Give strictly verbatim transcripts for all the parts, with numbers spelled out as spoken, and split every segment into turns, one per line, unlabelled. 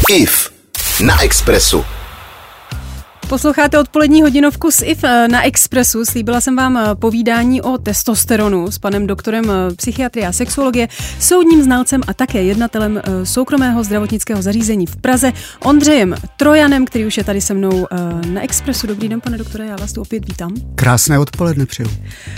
I F na Expressu.
Posloucháte odpolední hodinovku s I F na Expressu. Slíbila jsem vám povídání o testosteronu s panem doktorem psychiatrie a sexuologie, soudním znalcem a také jednatelem soukromého zdravotnického zařízení v Praze, Ondřejem Trojanem, který už je tady se mnou na Expressu. Dobrý den, pane doktore, já vás tu opět vítám.
Krásné odpoledne přeju.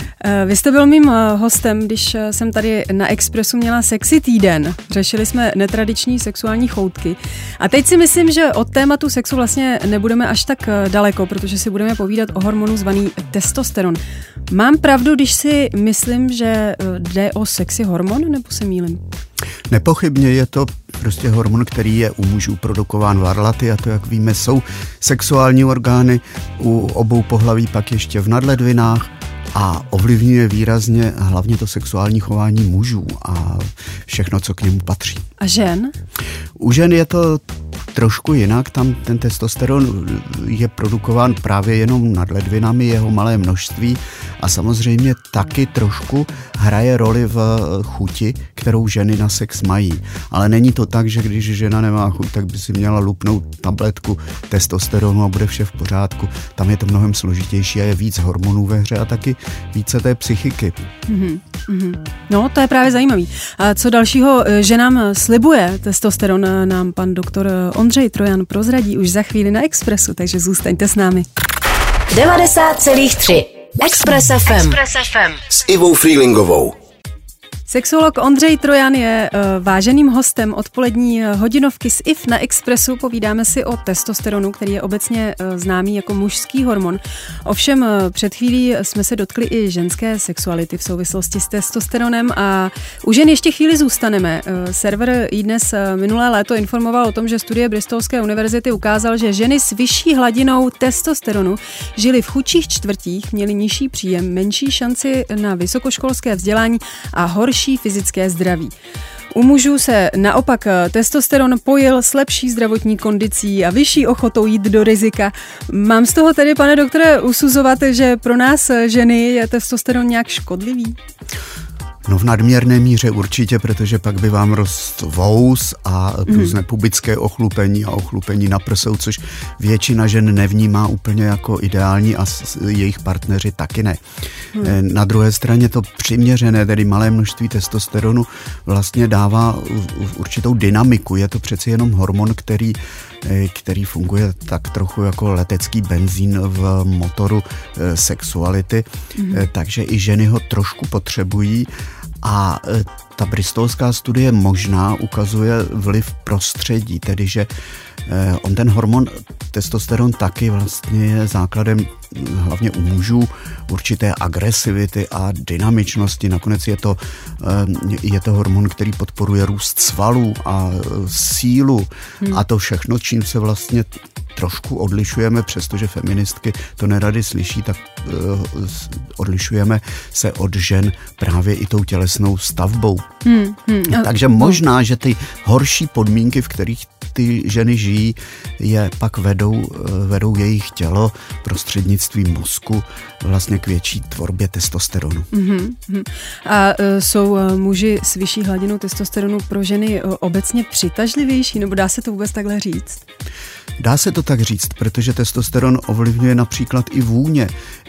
Vy jste byl mým hostem, když jsem tady na Expressu měla sexy týden. Řešili jsme netradiční sexuální choutky. A teď si myslím, že od tématu sexu vlastně nebudeme až tak daleko, protože si budeme povídat o hormonu zvaný testosteron. Mám pravdu, když si myslím, že jde o sexy hormon, nebo se mýlím?
Nepochybně je to prostě hormon, který je u mužů produkován varlaty a to, jak víme, jsou sexuální orgány u obou pohlaví pak ještě v nadledvinách a ovlivňuje výrazně hlavně to sexuální chování mužů a všechno, co k němu patří.
A žen?
U žen je to trošku jinak, tam ten testosteron je produkován právě jenom nad ledvinami, jeho malé množství a samozřejmě taky trošku hraje roli v chuti, kterou ženy na sex mají. Ale není to tak, že když žena nemá chuť, tak by si měla lupnout tabletku testosteronu a bude vše v pořádku. Tam je to mnohem složitější a je víc hormonů ve hře a taky více té psychiky.
Mm-hmm, mm-hmm. No, to je právě zajímavý. A co dalšího ženám slibuje testosteron, nám pan doktor Ondřej Trojan prozradí už za chvíli na Expressu, takže zůstaňte s námi.
devadesát celá tři Express F M.
Express F M s Ivou Freelingovou.
Sexuolog Ondřej Trojan je uh, váženým hostem odpolední hodinovky s I F na Expressu. Povídáme si o testosteronu, který je obecně uh, známý jako mužský hormon. Ovšem uh, před chvílí jsme se dotkli i ženské sexuality v souvislosti s testosteronem a u žen ještě chvíli zůstaneme. Uh, server iDnes uh, minulé léto informoval o tom, že studie Bristolské univerzity ukázal, že ženy s vyšší hladinou testosteronu žily v chudších čtvrtích, měly nižší příjem, menší šanci na vysokoškolské vzdělání a horší fyzické zdraví. U mužů se naopak testosteron pojil s lepší zdravotní kondicí a vyšší ochotou jít do rizika. Mám z toho tedy, pane doktore, usuzovat, že pro nás ženy je testosteron nějak škodlivý?
No v nadměrné míře určitě, protože pak by vám rostl vous a různé pubické ochlupení a ochlupení na prsou, což většina žen nevnímá úplně jako ideální a jejich partneři taky ne. Hmm. Na druhé straně to přiměřené, tedy malé množství testosteronu vlastně dává určitou dynamiku. Je to přeci jenom hormon, který který funguje tak trochu jako letecký benzín v motoru sexuality, mm. takže i ženy ho trošku potřebují a ta bristolská studie možná ukazuje vliv prostředí, tedy že on ten hormon testosteron taky vlastně je základem hlavně u mužů určité agresivity a dynamičnosti. Nakonec je to, je to hormon, který podporuje růst svalů a sílu hmm. a to všechno, čím se vlastně trošku odlišujeme, přestože feministky to nerady slyší, tak uh, odlišujeme se od žen právě i tou tělesnou stavbou. Hmm, hmm, Takže možná, že ty horší podmínky, v kterých ty ženy žijí, je pak vedou, vedou jejich tělo prostřednictvím mozku vlastně k větší tvorbě testosteronu.
Mm-hmm. A uh, jsou uh, muži s vyšší hladinou testosteronu pro ženy uh, obecně přitažlivější, nebo dá se to vůbec takhle říct?
Dá se to tak říct, protože testosteron ovlivňuje například i vůně,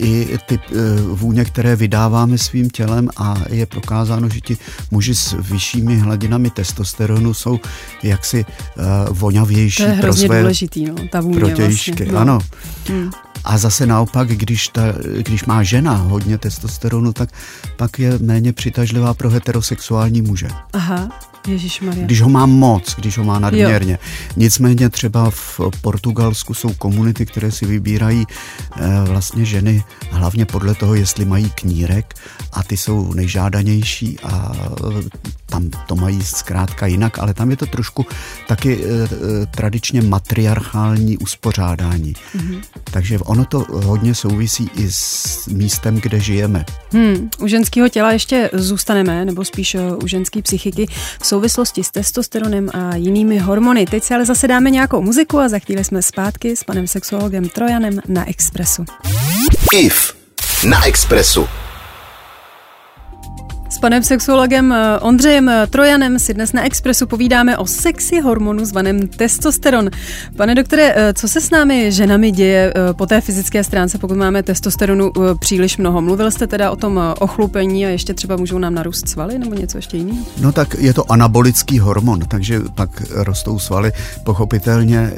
i ty uh, vůně, které vydáváme svým tělem a je prokázáno, že ti muži s vyššími hladinami testosteronu jsou jaksi uh, voňavější.
To je
pro
hrozně
své
důležitý, no, ta vůně
protějšky.
vlastně. No.
Ano.
Hmm.
A zase naopak, když, ta, když má žena hodně testosteronu, tak pak je méně přitažlivá pro heterosexuální muže.
Aha. Ježišmarja.
Když ho má moc, když ho má nadměrně. Jo. Nicméně třeba v Portugalsku jsou komunity, které si vybírají eh, vlastně ženy hlavně podle toho, jestli mají knírek a ty jsou nejžádanější a tam to mají zkrátka jinak, ale tam je to trošku taky eh, tradičně matriarchální uspořádání. Mhm. Takže ono to hodně souvisí i s místem, kde žijeme.
Hmm, u ženského těla ještě zůstaneme, nebo spíš u ženské psychiky v souvislosti s testosteronem a jinými hormony. Teď si ale zase dáme nějakou muziku a za chvíli jsme zpátky s panem sexuologem Trojanem na Expressu.
I F na Expressu.
S panem sexuologem Ondřejem Trojanem si dnes na Expressu povídáme o sexy hormonu zvaném testosteron. Pane doktore, co se s námi ženami děje po té fyzické stránce, pokud máme testosteronu příliš mnoho? Mluvil jste teda o tom ochlupení a ještě třeba můžou nám narůst svaly nebo něco ještě jiného?
No tak je to anabolický hormon, takže pak rostou svaly. Pochopitelně,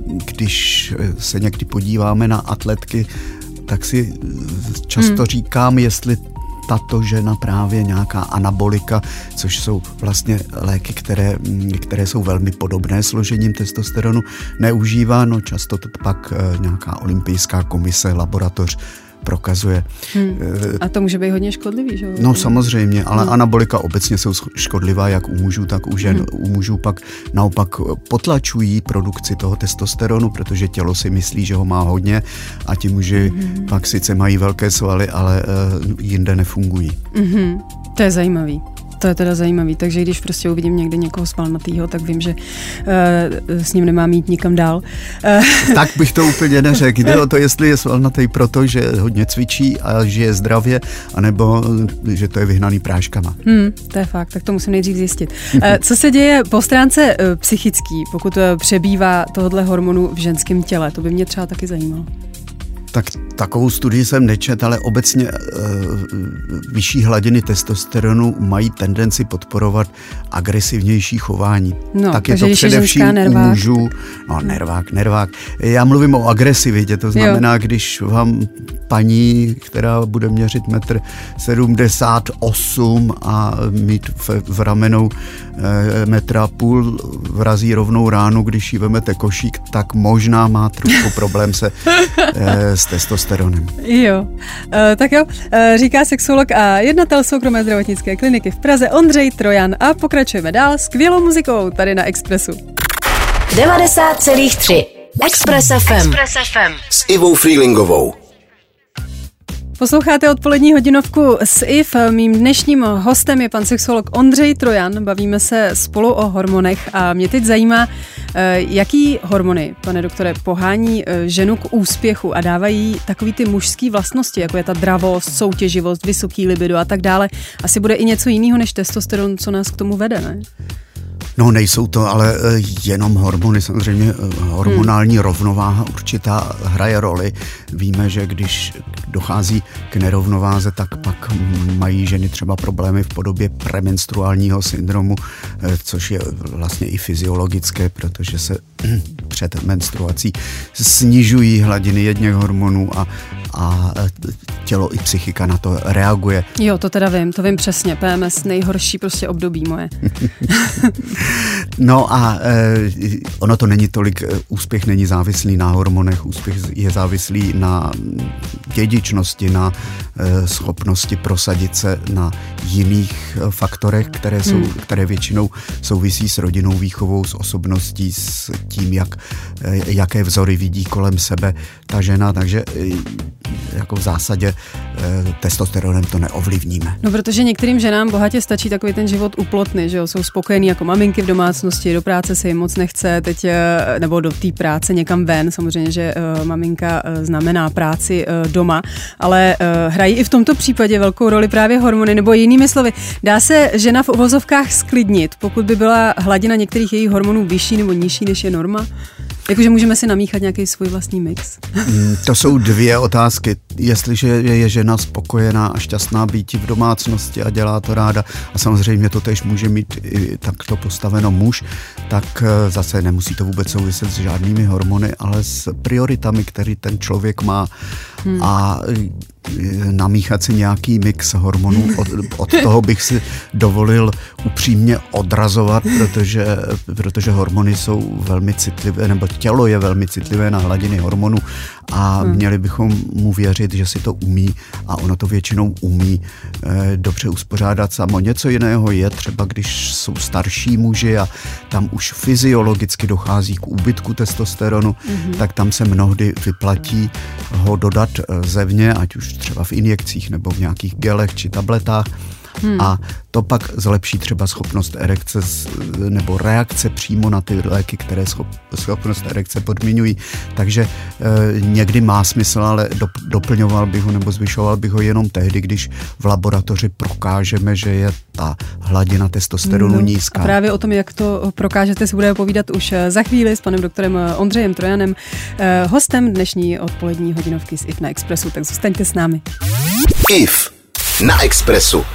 když se někdy podíváme na atletky, tak si často hmm. říkám, jestli tato žena právě nějaká anabolika, což jsou vlastně léky, které, které jsou velmi podobné složením testosteronu, neužívá, no často to pak nějaká olympijská komise, laboratoř prokazuje. Hmm.
A to může být hodně škodlivý, že?
No samozřejmě, ale hmm. anabolika obecně jsou škodlivá jak u mužů, tak u žen. Hmm. U mužů pak naopak potlačují produkci toho testosteronu, protože tělo si myslí, že ho má hodně a ti muži hmm. pak sice mají velké svaly, ale uh, jinde nefungují.
Hmm. To je zajímavý. To je teda zajímavý, takže když prostě uvidím někde někoho svalnatýho, tak vím, že uh, s ním nemám jít nikam dál. Uh.
Tak bych to úplně neřekl. Jde o to, jestli je svalnatý proto, že hodně cvičí a žije zdravě, anebo že to je vyhnaný práškama.
Hmm, to je fakt, tak to musím nejdřív zjistit. Uh, co se děje po stránce uh, psychický, pokud uh, přebývá tohohle hormonu v ženském těle? To by mě třeba taky zajímalo.
Tak takovou studii jsem nečet, ale obecně e, vyšší hladiny testosteronu mají tendenci podporovat agresivnější chování.
No,
tak je to především u mužů. No, nervák, nervák. Já mluvím o agresivitě, to znamená, jo. Když vám paní, která bude měřit metr sedmdesát osm a mít v, v ramenou e, metra půl, vrazí rovnou ránu, když jí vemete košík, tak možná má trošku problém se e, s testosteronem.
Jo, uh, tak jo, uh, říká sexuolog a jednatel soukromé zdravotnické kliniky v Praze Ondřej Trojan a pokračujeme dál skvělou muzikou tady na Expressu.
devadesát celá tři Express ef em.
Express ef em s Ivou Freelingovou.
Posloucháte odpolední hodinovku s I F. Mým dnešním hostem je pan sexuolog Ondřej Trojan. Bavíme se spolu o hormonech a mě teď zajímá, jaký hormony, pane doktore, pohání ženu k úspěchu a dávají takový ty mužský vlastnosti, jako je ta dravost, soutěživost, vysoký libido a tak dále. Asi bude i něco jiného než testosteron, co nás k tomu vede, ne?
No nejsou to ale jenom hormony, samozřejmě hormonální hmm. rovnováha určitá hraje roli. Víme, že když dochází k nerovnováze, tak pak mají ženy třeba problémy v podobě premenstruálního syndromu, což je vlastně i fyziologické, protože se před menstruací snižují hladiny jedněch hormonů a, a tělo i psychika na to reaguje.
Jo, to teda vím, to vím přesně. P M S nejhorší prostě období moje.
No a e, ono to není tolik, úspěch není závislý na hormonech, úspěch je závislý na dědičnosti, na e, schopnosti prosadit se na jiných faktorech, které, jsou, hmm. které většinou souvisí s rodinnou výchovou, s osobností, s tím, jak, e, jaké vzory vidí kolem sebe ta žena, takže e, jako v zásadě e, testosteronem to neovlivníme.
No, protože některým ženám bohatě stačí takový ten život uplotný, že jo, jsou spokojení jako maminky v domácnosti, do práce se jim moc nechce, teď, nebo do té práce někam ven, samozřejmě, že uh, maminka uh, znamená práci uh, doma, ale uh, hrají i v tomto případě velkou roli právě hormony, nebo jinými slovy, dá se žena v uvozovkách sklidnit, pokud by byla hladina některých jejich hormonů vyšší nebo nižší, než je norma? Jakože můžeme si namíchat nějaký svůj vlastní mix?
To jsou dvě otázky. Jestliže je žena spokojená a šťastná být v domácnosti a dělá to ráda a samozřejmě to tež může mít i takto postaveno muž, tak zase nemusí to vůbec souviset s žádnými hormony, ale s prioritami, který ten člověk má hmm. a namíchat si nějaký mix hormonů. Od, od toho bych si dovolil upřímně odrazovat, protože, protože hormony jsou velmi citlivé, nebo tělo je velmi citlivé na hladiny hormonů a hmm. měli bychom mu věřit, že si to umí a ono to většinou umí e, dobře uspořádat samo. Něco jiného je třeba, když jsou starší muži a tam už fyziologicky dochází k úbytku testosteronu, hmm. tak tam se mnohdy vyplatí ho dodat zevně, ať už třeba v injekcích nebo v nějakých gelech či tabletách Hmm. A to pak zlepší třeba schopnost erekce nebo reakce přímo na ty léky, které schopnost erekce podmiňují. Takže e, někdy má smysl, ale do, doplňoval bych ho nebo zvyšoval bych ho jenom tehdy, když v laboratoři prokážeme, že je ta hladina testosteronu no, nízká.
A právě o tom, jak to prokážete, si budeme povídat už za chvíli s panem doktorem Ondřejem Trojanem, e, hostem dnešní odpolední hodinovky z I F na Expressu, tak zůstaňte s námi.
I F na Expressu.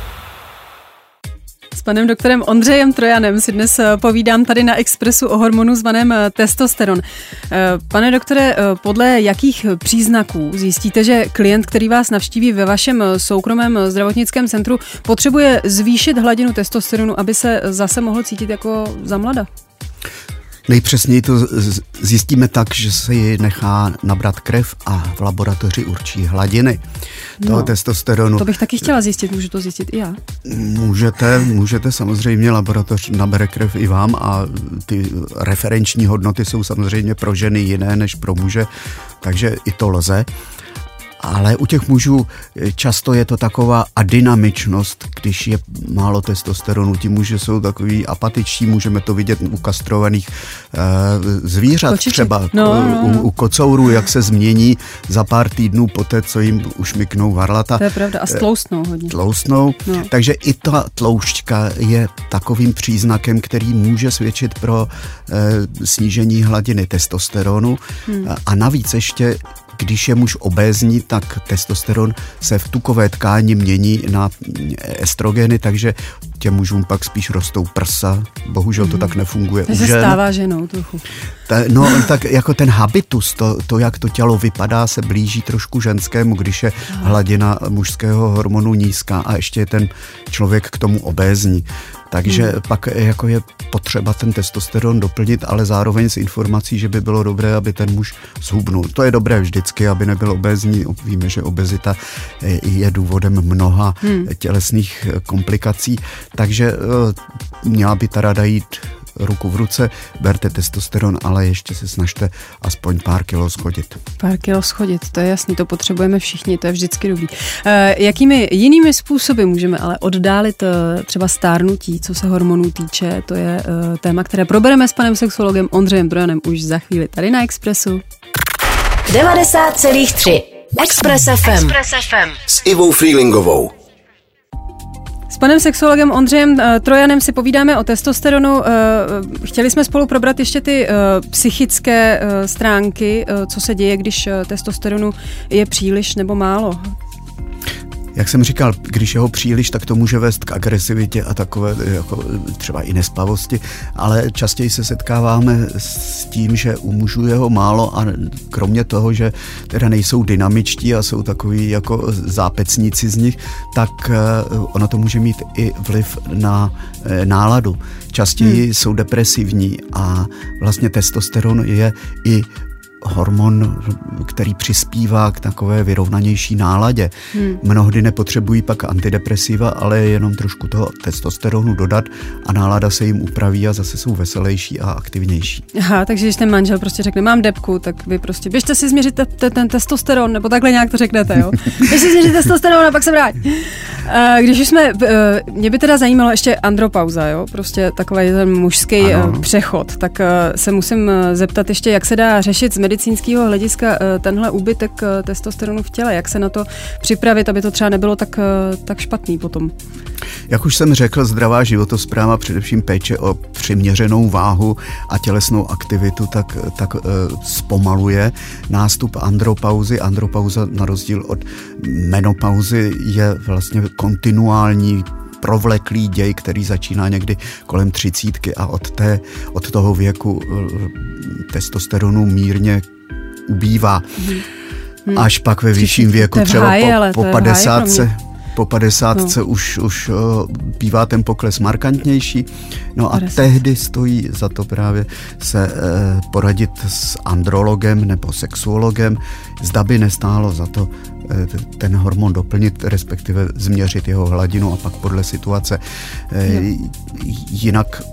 S panem doktorem Ondřejem Trojanem si dnes povídám tady na Expressu o hormonu zvaném testosteron. Pane doktore, podle jakých příznaků zjistíte, že klient, který vás navštíví ve vašem soukromém zdravotnickém centru, potřebuje zvýšit hladinu testosteronu, aby se zase mohl cítit jako za mlada?
Nejpřesněji to zjistíme tak, že se ji nechá nabrat krev a v laboratoři určí hladiny toho no, testosteronu.
To bych taky chtěla zjistit, můžu to zjistit i já?
Můžete, můžete samozřejmě, laboratoř nabere krev i vám a ty referenční hodnoty jsou samozřejmě pro ženy jiné než pro muže, takže i to lze. Ale u těch mužů často je to taková adynamičnost, když je málo testosteronu. Ti muži jsou takový apatičtí, můžeme to vidět u kastrovaných e, zvířat. Kočiček. Třeba no, no. U, u kocourů, jak se změní za pár týdnů poté, co jim ušmyknou varlata.
To je pravda. A stloustnou hodně.
Tloustnou. No. Takže i ta tloušťka je takovým příznakem, který může svědčit pro e, snížení hladiny testosteronu. Hmm. A navíc ještě když je muž obézní, tak testosteron se v tukové tkáni mění na estrogeny, takže těm mužům pak spíš rostou prsa. Bohužel to mm. tak nefunguje.
To se stává ženou trochu.
Ta, no, tak jako ten habitus, to, to, jak to tělo vypadá, se blíží trošku ženskému, když je hladina mužského hormonu nízká a ještě je ten člověk k tomu obézní. Takže hmm. pak jako je potřeba ten testosteron doplnit, ale zároveň s informací, že by bylo dobré, aby ten muž zhubnul. To je dobré vždycky, aby nebyl obézní. Víme, že obezita je důvodem mnoha hmm. tělesných komplikací, takže měla by ta rada jít ruku v ruce, berte testosteron, ale ještě se snažte aspoň pár kilo schodit.
Pár kilo schodit, to je jasný, to potřebujeme všichni, to je vždycky dobrý. E, jakými jinými způsoby můžeme ale oddálit e, třeba stárnutí, co se hormonů týče? To je e, téma, které probereme s panem sexuologem Ondřejem Trojanem už za chvíli tady na Expressu.
devadesát celá tři Express F M.
Express F M s Ivou Freelingovou.
S panem sexuologem Ondřejem uh, Trojanem si povídáme o testosteronu. Uh, chtěli jsme spolu probrat ještě ty uh, psychické uh, stránky, uh, co se děje, když uh, testosteronu je příliš nebo málo.
Jak jsem říkal, když je ho příliš, tak to může vést k agresivitě a takové jako třeba i nespavosti, ale častěji se setkáváme s tím, že u mužů je ho málo a kromě toho, že teda nejsou dynamičtí a jsou takový jako zápecníci z nich, tak ono to může mít i vliv na náladu. Častěji hmm. jsou depresivní a vlastně testosteron je i hormon, který přispívá k takové vyrovnanější náladě. Hmm. Mnohdy nepotřebují pak antidepresiva, ale jenom trošku toho testosteronu dodat a nálada se jim upraví a zase jsou veselější a aktivnější. Aha,
takže když ten manžel prostě řekne, mám depku, tak vy prostě běžte si změřit te- te- ten testosteron, nebo takhle nějak to řeknete, jo? Běžte si změřit testosteron a pak se vrát. Když už jsme, mě by teda zajímalo ještě andropauza, jo? Prostě takový ten mužský ano. přechod, tak se musím zeptat ještě, jak se dá řešit z medicínského hlediska tenhle úbytek testosteronu v těle, jak se na to připravit, aby to třeba nebylo tak, tak špatný potom.
Jak už jsem řekl, zdravá životospráva, především péče o přiměřenou váhu a tělesnou aktivitu, tak, tak uh, zpomaluje nástup andropauzy. Andropauza na rozdíl od menopauzy je vlastně kontinuální provleklý děj, který začíná někdy kolem třicítky a od, té, od toho věku testosteronu mírně ubývá. Hmm. Až pak ve vyšším věku, třeba háji, po, po padesátce, po padesátce no. už, už uh, bývá ten pokles markantnější. No a tehdy stojí za to právě se uh, poradit s andrologem nebo sexuologem, zda by nestálo za to ten hormon doplnit, respektive změřit jeho hladinu a pak podle situace. No. Jinak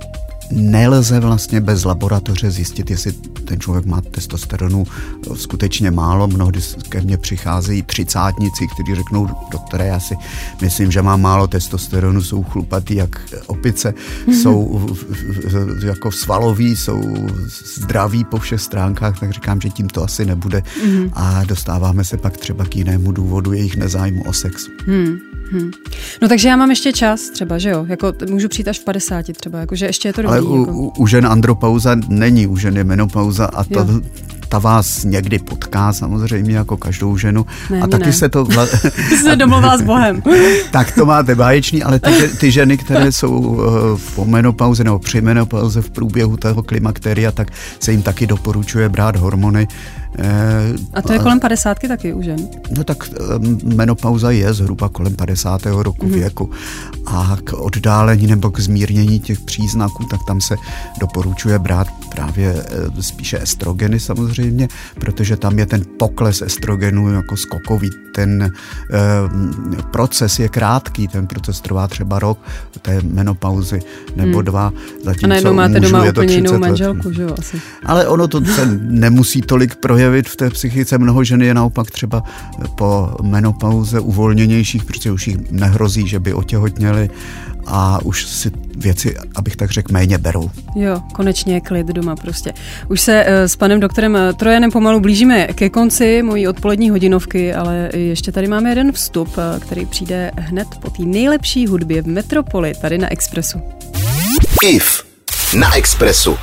nelze vlastně bez laboratoře zjistit, jestli ten člověk má testosteronu skutečně málo. Mnohdy ke mně přicházejí třicátníci, kteří řeknou, doktore, já si myslím, že mám málo testosteronu, jsou chlupatý jak opice, mm-hmm. jsou jako svaloví, jsou zdraví po všech stránkách, tak říkám, že tím to asi nebude mm-hmm. a dostáváme se pak třeba k jinému důvodu jejich nezájmu o sex.
Hmm. Hmm. No takže já mám ještě čas třeba, že jo? Jako můžu přijít až v padesáti třeba, jakože ještě je to dobrý.
Ale u,
jako.
u žen andropauza není, u žen je menopauza a to, ta vás někdy potká samozřejmě jako každou ženu.
Ne,
a taky
ne.
se to... Vla...
se domluvila s Bohem.
Tak to máte báječný, ale ty, ty ženy, které jsou po menopauze nebo při menopauze v průběhu toho klimakteria, tak se jim taky doporučuje brát hormony.
A to je kolem padesátky taky u žen?
No tak menopauza je zhruba kolem padesátého roku mm. věku a k oddálení nebo k zmírnění těch příznaků, tak tam se doporučuje brát právě spíše estrogeny samozřejmě, protože tam je ten pokles estrogenu jako skokový. Ten eh, proces je krátký, ten proces trvá třeba rok té menopauzy nebo mm. dva.
A najednou máte doma úplně jinou manželku, že jo? Asi.
Ale ono to se nemusí tolik projevit v té psychice. Mnoho žen je naopak třeba po menopauze uvolněnějších, protože už jich nehrozí, že by otěhotněli a už si věci, abych tak řekl, méně berou.
Jo, konečně je klid doma prostě. Už se s panem doktorem Trojanem pomalu blížíme ke konci mojí odpolední hodinovky, ale ještě tady máme jeden vstup, který přijde hned po té nejlepší hudbě v Metropoli, tady na Expressu.
I F na Expressu.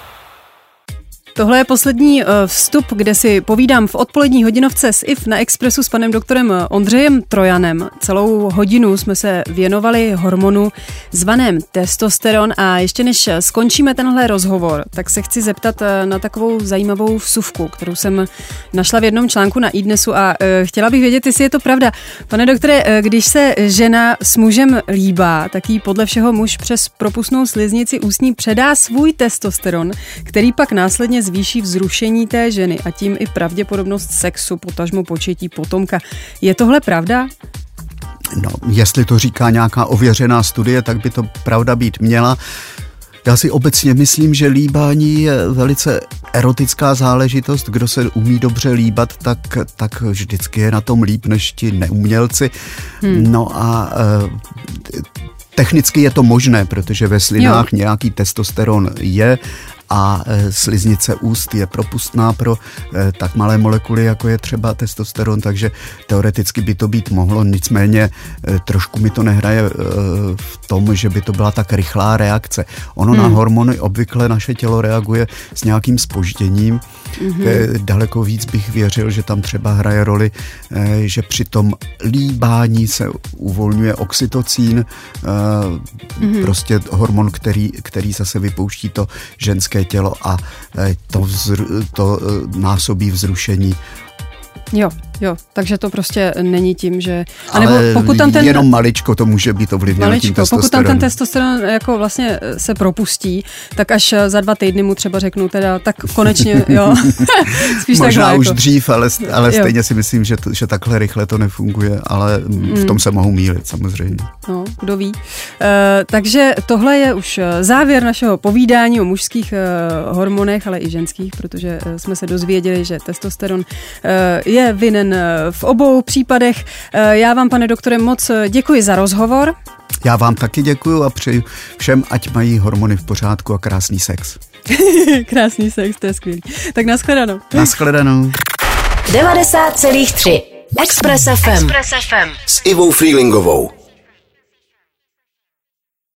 Tohle je poslední vstup, kde si povídám v odpolední hodinovce s I F na Expressu s panem doktorem Ondřejem Trojanem. Celou hodinu jsme se věnovali hormonu zvaném testosteron a ještě než skončíme tenhle rozhovor, tak se chci zeptat na takovou zajímavou vsuvku, kterou jsem našla v jednom článku na iDnesu a chtěla bych vědět, jestli je to pravda. Pane doktore, když se žena s mužem líbá, tak jí podle všeho muž přes propustnou sliznici ústní předá svůj testosteron, který pak následně zvýší vzrušení té ženy a tím i pravděpodobnost sexu, potažmo početí potomka. Je tohle pravda?
No, jestli to říká nějaká ověřená studie, tak by to pravda být měla. Já si obecně myslím, že líbání je velice erotická záležitost. Kdo se umí dobře líbat, tak, tak vždycky je na tom líp než ti neumělci. Hmm. No a e, technicky je to možné, protože ve slinách jo. nějaký testosteron je a sliznice úst je propustná pro tak malé molekuly, jako je třeba testosteron, takže teoreticky by to být mohlo, nicméně trošku mi to nehraje v tom, že by to byla tak rychlá reakce. Ono hmm. na hormony obvykle naše tělo reaguje s nějakým zpožděním. Mm-hmm. Daleko víc bych věřil, že tam třeba hraje roli, že při tom líbání se uvolňuje oxytocín, mm-hmm. prostě hormon, který, který zase vypouští to ženské tělo a to, vzru, to násobí vzrušení.
Jo, jo, takže to prostě není tím, že...
A nebo pokud tam ten... jenom maličko to může být ovlivněno tím testosteronem.
Pokud tam ten testosteron jako vlastně se propustí, tak až za dva týdny mu třeba řeknu teda, tak konečně, jo. Spíš
možná
takhle,
už
jako. dřív,
ale, ale stejně si myslím, že, to, že takhle rychle to nefunguje, ale mm. v tom se mohu mýlit samozřejmě.
No, kdo ví. E, takže tohle je už závěr našeho povídání o mužských e, hormonech, ale i ženských, protože jsme se dozvěděli, že testosteron e, je vinen v obou případech. Já vám, pane doktore, moc děkuji za rozhovor.
Já vám taky děkuji a přeji všem, ať mají hormony v pořádku a krásný sex.
Krásný sex, to je skvělý. Tak nashledanou.
Nashledanou.
devadesát celá tři Express F M.
Express F M s Ivou Freelingovou.